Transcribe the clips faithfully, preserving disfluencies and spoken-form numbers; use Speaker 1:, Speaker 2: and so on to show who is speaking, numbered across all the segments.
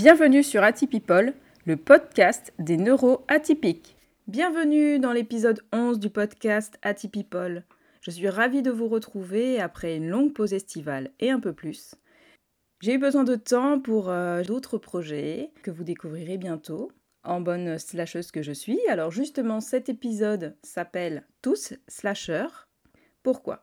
Speaker 1: Bienvenue sur Atypipol, le podcast des neuroatypiques. Bienvenue dans l'épisode onze du podcast Atypipol. Je suis ravie de vous retrouver après une longue pause estivale et un peu plus. J'ai eu besoin de temps pour euh, d'autres projets que vous découvrirez bientôt, en bonne slasheuse que je suis. Alors justement, cet épisode s'appelle « Tous slasheurs ». Pourquoi ?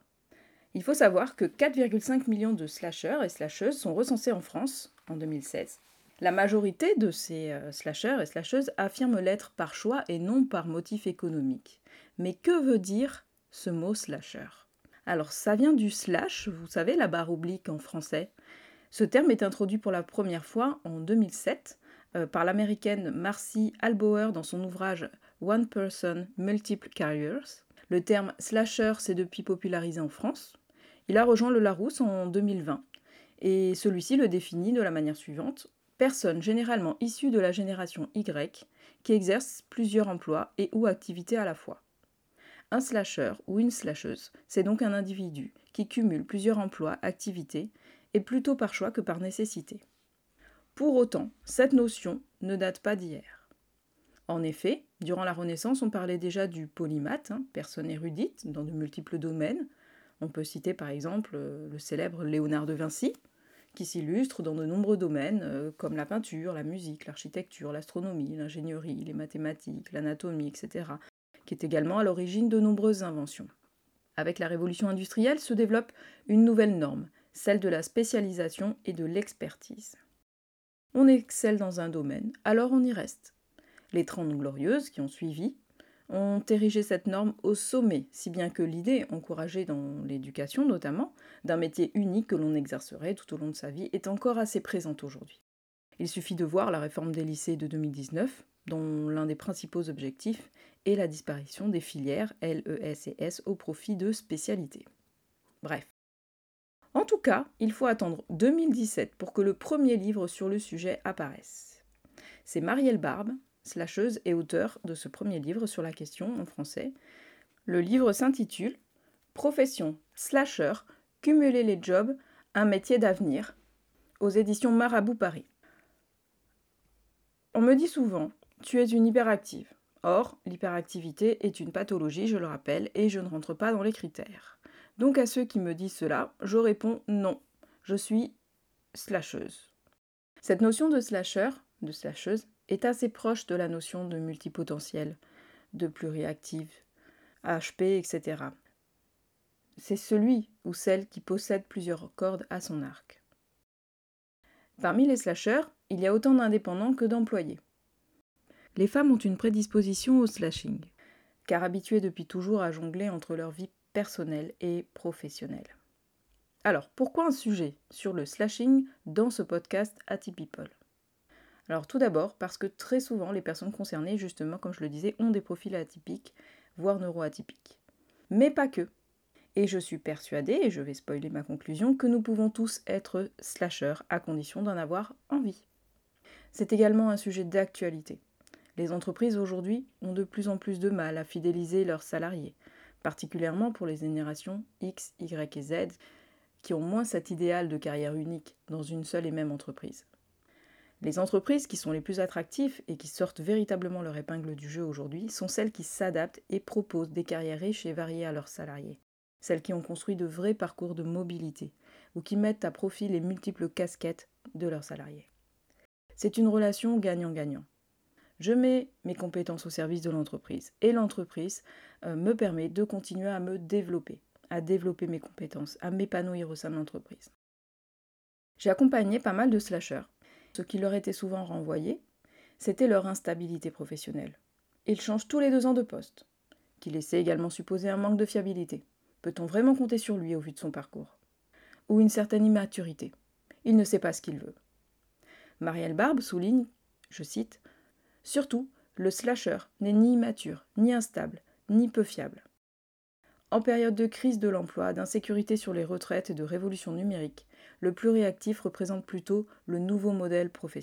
Speaker 1: Il faut savoir que quatre virgule cinq millions de slasheurs et slasheuses sont recensés en France en deux mille seize. La majorité de ces euh, slasheurs et slasheuses affirment l'être par choix et non par motif économique. Mais que veut dire ce mot slasher ? Alors ça vient du slash, vous savez, la barre oblique en français. Ce terme est introduit pour la première fois en deux mille sept euh, par l'américaine Marcy Albauer dans son ouvrage One Person Multiple Careers. Le terme slasher s'est depuis popularisé en France. Il a rejoint le Larousse en deux mille vingt et celui-ci le définit de la manière suivante. Personne généralement issue de la génération Y qui exerce plusieurs emplois et ou activités à la fois. Un slasher ou une slasheuse, c'est donc un individu qui cumule plusieurs emplois, activités, et plutôt par choix que par nécessité. Pour autant, cette notion ne date pas d'hier. En effet, durant la Renaissance, on parlait déjà du polymathe, hein, personne érudite dans de multiples domaines. On peut citer par exemple le célèbre Léonard de Vinci, qui s'illustre dans de nombreux domaines euh, comme la peinture, la musique, l'architecture, l'astronomie, l'ingénierie, les mathématiques, l'anatomie, et cetera, qui est également à l'origine de nombreuses inventions. Avec la révolution industrielle se développe une nouvelle norme, celle de la spécialisation et de l'expertise. On excelle dans un domaine, alors on y reste. Les Trente Glorieuses qui ont suivi ont érigé cette norme au sommet, si bien que l'idée, encouragée dans l'éducation notamment, d'un métier unique que l'on exercerait tout au long de sa vie est encore assez présente aujourd'hui. Il suffit de voir la réforme des lycées de deux mille dix-neuf, dont l'un des principaux objectifs est la disparition des filières L E S et S au profit de spécialités. Bref. En tout cas, il faut attendre deux mille dix-sept pour que le premier livre sur le sujet apparaisse. C'est Marielle Barbe, slasheuse et auteure de ce premier livre sur la question en français. Le livre s'intitule « Profession slasher, cumuler les jobs, un métier d'avenir » aux éditions Marabout Paris. On me dit souvent « Tu es une hyperactive ». Or, l'hyperactivité est une pathologie, je le rappelle, et je ne rentre pas dans les critères. Donc à ceux qui me disent cela, je réponds non, je suis slasheuse. Cette notion de slasher, de slasheuse, est assez proche de la notion de multipotentiel, de pluriactive, H P, et cetera. C'est celui ou celle qui possède plusieurs cordes à son arc. Parmi les slashers, il y a autant d'indépendants que d'employés. Les femmes ont une prédisposition au slashing, car habituées depuis toujours à jongler entre leur vie personnelle et professionnelle. Alors, pourquoi un sujet sur le slashing dans ce podcast Atypipol ? Alors tout d'abord, parce que très souvent, les personnes concernées, justement, comme je le disais, ont des profils atypiques, voire neuroatypiques. Mais pas que. Et je suis persuadée, et je vais spoiler ma conclusion, que nous pouvons tous être slashers à condition d'en avoir envie. C'est également un sujet d'actualité. Les entreprises aujourd'hui ont de plus en plus de mal à fidéliser leurs salariés, particulièrement pour les générations X, Y et Z, qui ont moins cet idéal de carrière unique dans une seule et même entreprise. Les entreprises qui sont les plus attractives et qui sortent véritablement leur épingle du jeu aujourd'hui sont celles qui s'adaptent et proposent des carrières riches et variées à leurs salariés. Celles qui ont construit de vrais parcours de mobilité ou qui mettent à profit les multiples casquettes de leurs salariés. C'est une relation gagnant-gagnant. Je mets mes compétences au service de l'entreprise et l'entreprise euh, me permet de continuer à me développer, à développer mes compétences, à m'épanouir au sein de l'entreprise. J'ai accompagné pas mal de slashers. Ce qui leur était souvent renvoyé, c'était leur instabilité professionnelle. Ils changent tous les deux ans de poste, qui laissait également supposer un manque de fiabilité. Peut-on vraiment compter sur lui au vu de son parcours ? Ou une certaine immaturité. Il ne sait pas ce qu'il veut. Marielle Barbe souligne, je cite, « Surtout, le slasher n'est ni immature, ni instable, ni peu fiable. En période de crise de l'emploi, d'insécurité sur les retraites et de révolution numérique, le pluriactif représente plutôt le nouveau modèle professionnel. »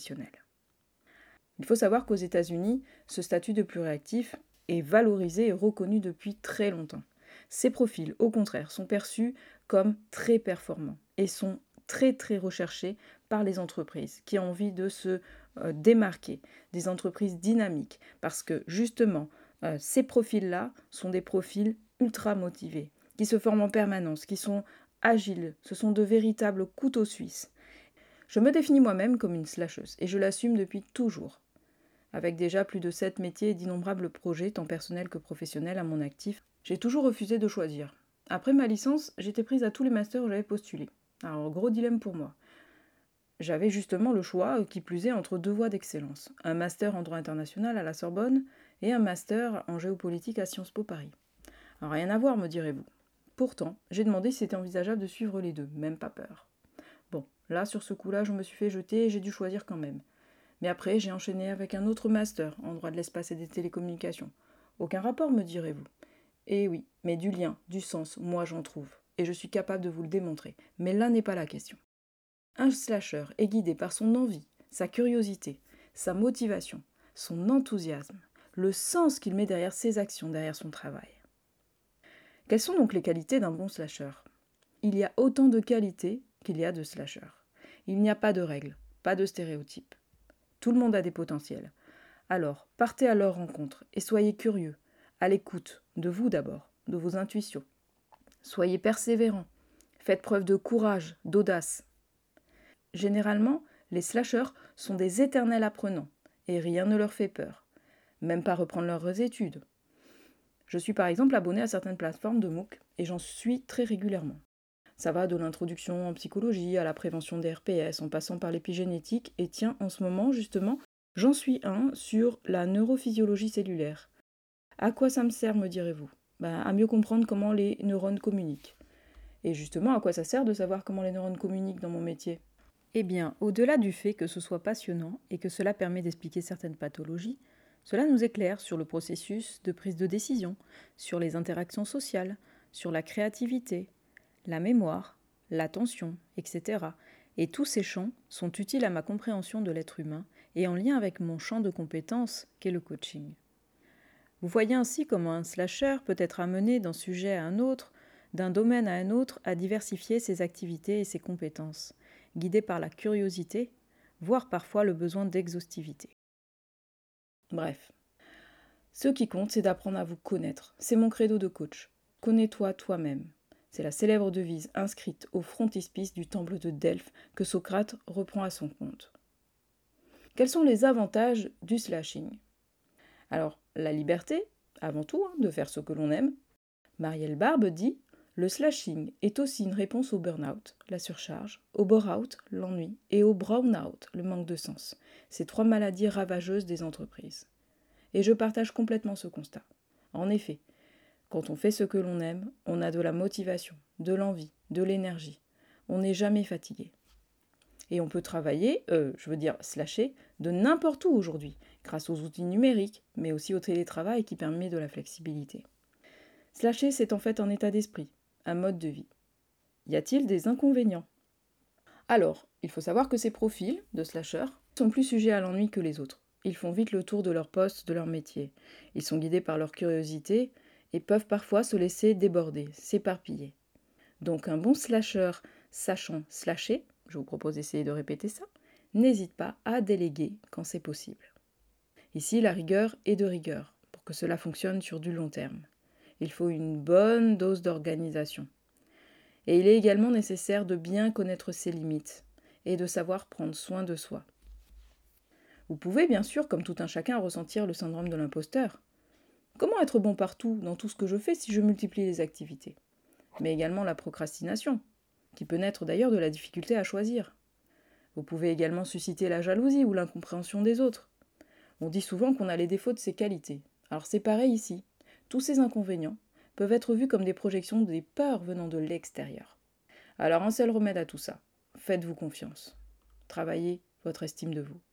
Speaker 1: Il faut savoir qu'aux États-Unis, ce statut de pluriactif est valorisé et reconnu depuis très longtemps. Ces profils, au contraire, sont perçus comme très performants et sont très très recherchés par les entreprises qui ont envie de se euh, démarquées, des entreprises dynamiques, parce que justement, euh, ces profils-là sont des profils ultra motivés, qui se forment en permanence, qui sont agiles, ce sont de véritables couteaux suisses. Je me définis moi-même comme une slasheuse, et je l'assume depuis toujours. Avec déjà plus de sept métiers et d'innombrables projets, tant personnels que professionnels, à mon actif, j'ai toujours refusé de choisir. Après ma licence, j'étais prise à tous les masters où j'avais postulé. Alors, gros dilemme pour moi. J'avais justement le choix, qui plus est, entre deux voies d'excellence. Un master en droit international à la Sorbonne et un master en géopolitique à Sciences Po Paris. Alors, rien à voir, me direz-vous. Pourtant, j'ai demandé si c'était envisageable de suivre les deux, même pas peur. Bon, là, sur ce coup-là, je me suis fait jeter et j'ai dû choisir quand même. Mais après, j'ai enchaîné avec un autre master en droit de l'espace et des télécommunications. Aucun rapport, me direz-vous. Eh oui, mais du lien, du sens, moi j'en trouve. Et je suis capable de vous le démontrer. Mais là n'est pas la question. Un slasher est guidé par son envie, sa curiosité, sa motivation, son enthousiasme, le sens qu'il met derrière ses actions, derrière son travail. Quelles sont donc les qualités d'un bon slasher ? Il y a autant de qualités qu'il y a de slashers. Il n'y a pas de règles, pas de stéréotypes. Tout le monde a des potentiels. Alors, partez à leur rencontre et soyez curieux, à l'écoute de vous d'abord, de vos intuitions. Soyez persévérants, faites preuve de courage, d'audace. Généralement, les slashers sont des éternels apprenants et rien ne leur fait peur, même pas reprendre leurs études. Je suis par exemple abonnée à certaines plateformes de MOOC et j'en suis très régulièrement. Ça va de l'introduction en psychologie à la prévention des R P S en passant par l'épigénétique et tiens, en ce moment justement, j'en suis un sur la neurophysiologie cellulaire. À quoi ça me sert, me direz-vous ? Ben, à mieux comprendre comment les neurones communiquent. Et justement, à quoi ça sert de savoir comment les neurones communiquent dans mon métier ? Eh bien, au-delà du fait que ce soit passionnant et que cela permet d'expliquer certaines pathologies, cela nous éclaire sur le processus de prise de décision, sur les interactions sociales, sur la créativité, la mémoire, l'attention, et cetera. Et tous ces champs sont utiles à ma compréhension de l'être humain et en lien avec mon champ de compétences qu'est le coaching. Vous voyez ainsi comment un slasher peut être amené d'un sujet à un autre, d'un domaine à un autre, à diversifier ses activités et ses compétences, guidé par la curiosité, voire parfois le besoin d'exhaustivité. Bref, ce qui compte, c'est d'apprendre à vous connaître. C'est mon credo de coach. Connais-toi toi-même. C'est la célèbre devise inscrite au frontispice du temple de Delphes que Socrate reprend à son compte. Quels sont les avantages du slashing ? Alors, la liberté, avant tout, hein, de faire ce que l'on aime. Marielle Barbe dit « Le slashing est aussi une réponse au burn-out, la surcharge, au bore-out, l'ennui, et au brown-out, le manque de sens, ces trois maladies ravageuses des entreprises. » Et je partage complètement ce constat. En effet, quand on fait ce que l'on aime, on a de la motivation, de l'envie, de l'énergie. On n'est jamais fatigué. Et on peut travailler, euh, je veux dire slasher, de n'importe où aujourd'hui, grâce aux outils numériques, mais aussi au télétravail qui permet de la flexibilité. Slasher, c'est en fait un état d'esprit, un mode de vie. Y a-t-il des inconvénients ? Alors, il faut savoir que ces profils de slashers sont plus sujets à l'ennui que les autres. Ils font vite le tour de leur poste, de leur métier. Ils sont guidés par leur curiosité et peuvent parfois se laisser déborder, s'éparpiller. Donc un bon slasher sachant slasher, je vous propose d'essayer de répéter ça, n'hésite pas à déléguer quand c'est possible. Ici, la rigueur est de rigueur, pour que cela fonctionne sur du long terme. Il faut une bonne dose d'organisation. Et il est également nécessaire de bien connaître ses limites et de savoir prendre soin de soi. Vous pouvez bien sûr, comme tout un chacun, ressentir le syndrome de l'imposteur. Comment être bon partout dans tout ce que je fais si je multiplie les activités ? Mais également la procrastination, qui peut naître d'ailleurs de la difficulté à choisir. Vous pouvez également susciter la jalousie ou l'incompréhension des autres. On dit souvent qu'on a les défauts de ses qualités. Alors c'est pareil ici. Tous ces inconvénients peuvent être vus comme des projections des peurs venant de l'extérieur. Alors un seul remède à tout ça, faites-vous confiance. Travaillez votre estime de vous.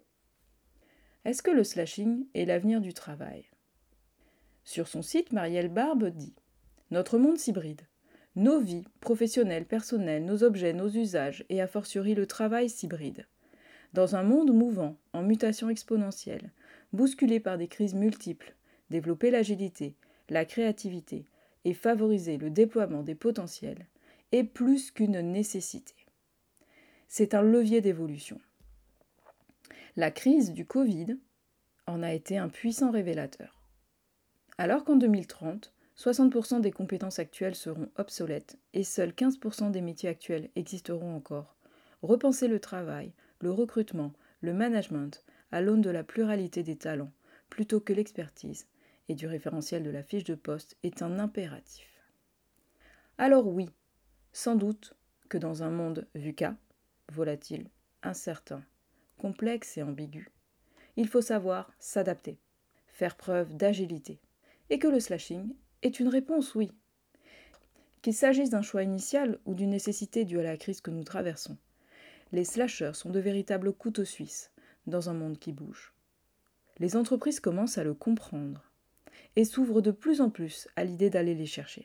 Speaker 1: Est-ce que le slashing est l'avenir du travail ? Sur son site, Marielle Barbe dit « Notre monde s'hybride. Nos vies, professionnelles, personnelles, nos objets, nos usages et a fortiori le travail s'hybrident. Dans un monde mouvant, en mutation exponentielle, bousculé par des crises multiples, développer l'agilité, la créativité et favoriser le déploiement des potentiels est plus qu'une nécessité. C'est un levier d'évolution. La crise du Covid en a été un puissant révélateur. Alors qu'en deux mille trente, soixante pour cent des compétences actuelles seront obsolètes et seuls quinze pour cent des métiers actuels existeront encore, repenser le travail, le recrutement, le management à l'aune de la pluralité des talents, plutôt que l'expertise et du référentiel de la fiche de poste est un impératif. Alors oui, sans doute que dans un monde VUCA, volatile, incertain, complexe et ambigu, il faut savoir s'adapter, faire preuve d'agilité, et que le slashing est une réponse oui. Qu'il s'agisse d'un choix initial ou d'une nécessité due à la crise que nous traversons, les slasheurs sont de véritables couteaux suisses dans un monde qui bouge. Les entreprises commencent à le comprendre et s'ouvrent de plus en plus à l'idée d'aller les chercher.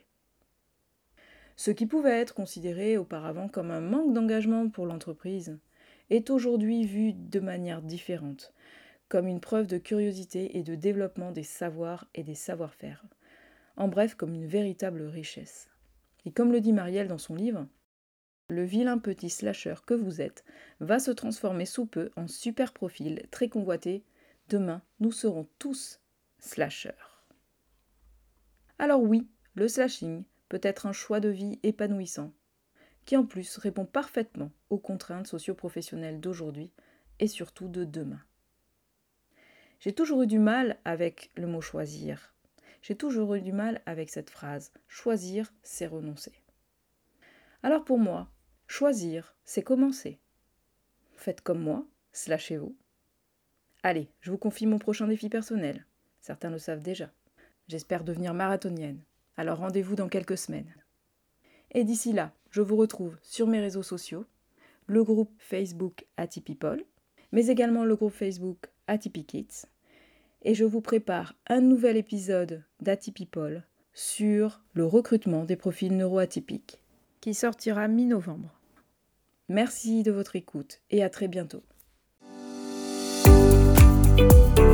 Speaker 1: Ce qui pouvait être considéré auparavant comme un manque d'engagement pour l'entreprise est aujourd'hui vu de manière différente, comme une preuve de curiosité et de développement des savoirs et des savoir-faire, en bref comme une véritable richesse. Et comme le dit Marielle dans son livre, le vilain petit slasher que vous êtes va se transformer sous peu en super profil très convoité. Demain, nous serons tous slasheurs. Alors oui, le slashing peut être un choix de vie épanouissant, qui en plus répond parfaitement aux contraintes socio-professionnelles d'aujourd'hui et surtout de demain. J'ai toujours eu du mal avec le mot choisir. J'ai toujours eu du mal avec cette phrase. Choisir, c'est renoncer. Alors pour moi, choisir, c'est commencer. Faites comme moi, slashez-vous. Allez, je vous confie mon prochain défi personnel. Certains le savent déjà. J'espère devenir marathonienne. Alors rendez-vous dans quelques semaines. Et d'ici là, je vous retrouve sur mes réseaux sociaux, le groupe Facebook Atypipol, mais également le groupe Facebook Atypikids. Et je vous prépare un nouvel épisode d'Atypipol sur le recrutement des profils neuroatypiques, qui sortira mi-novembre. Merci de votre écoute et à très bientôt.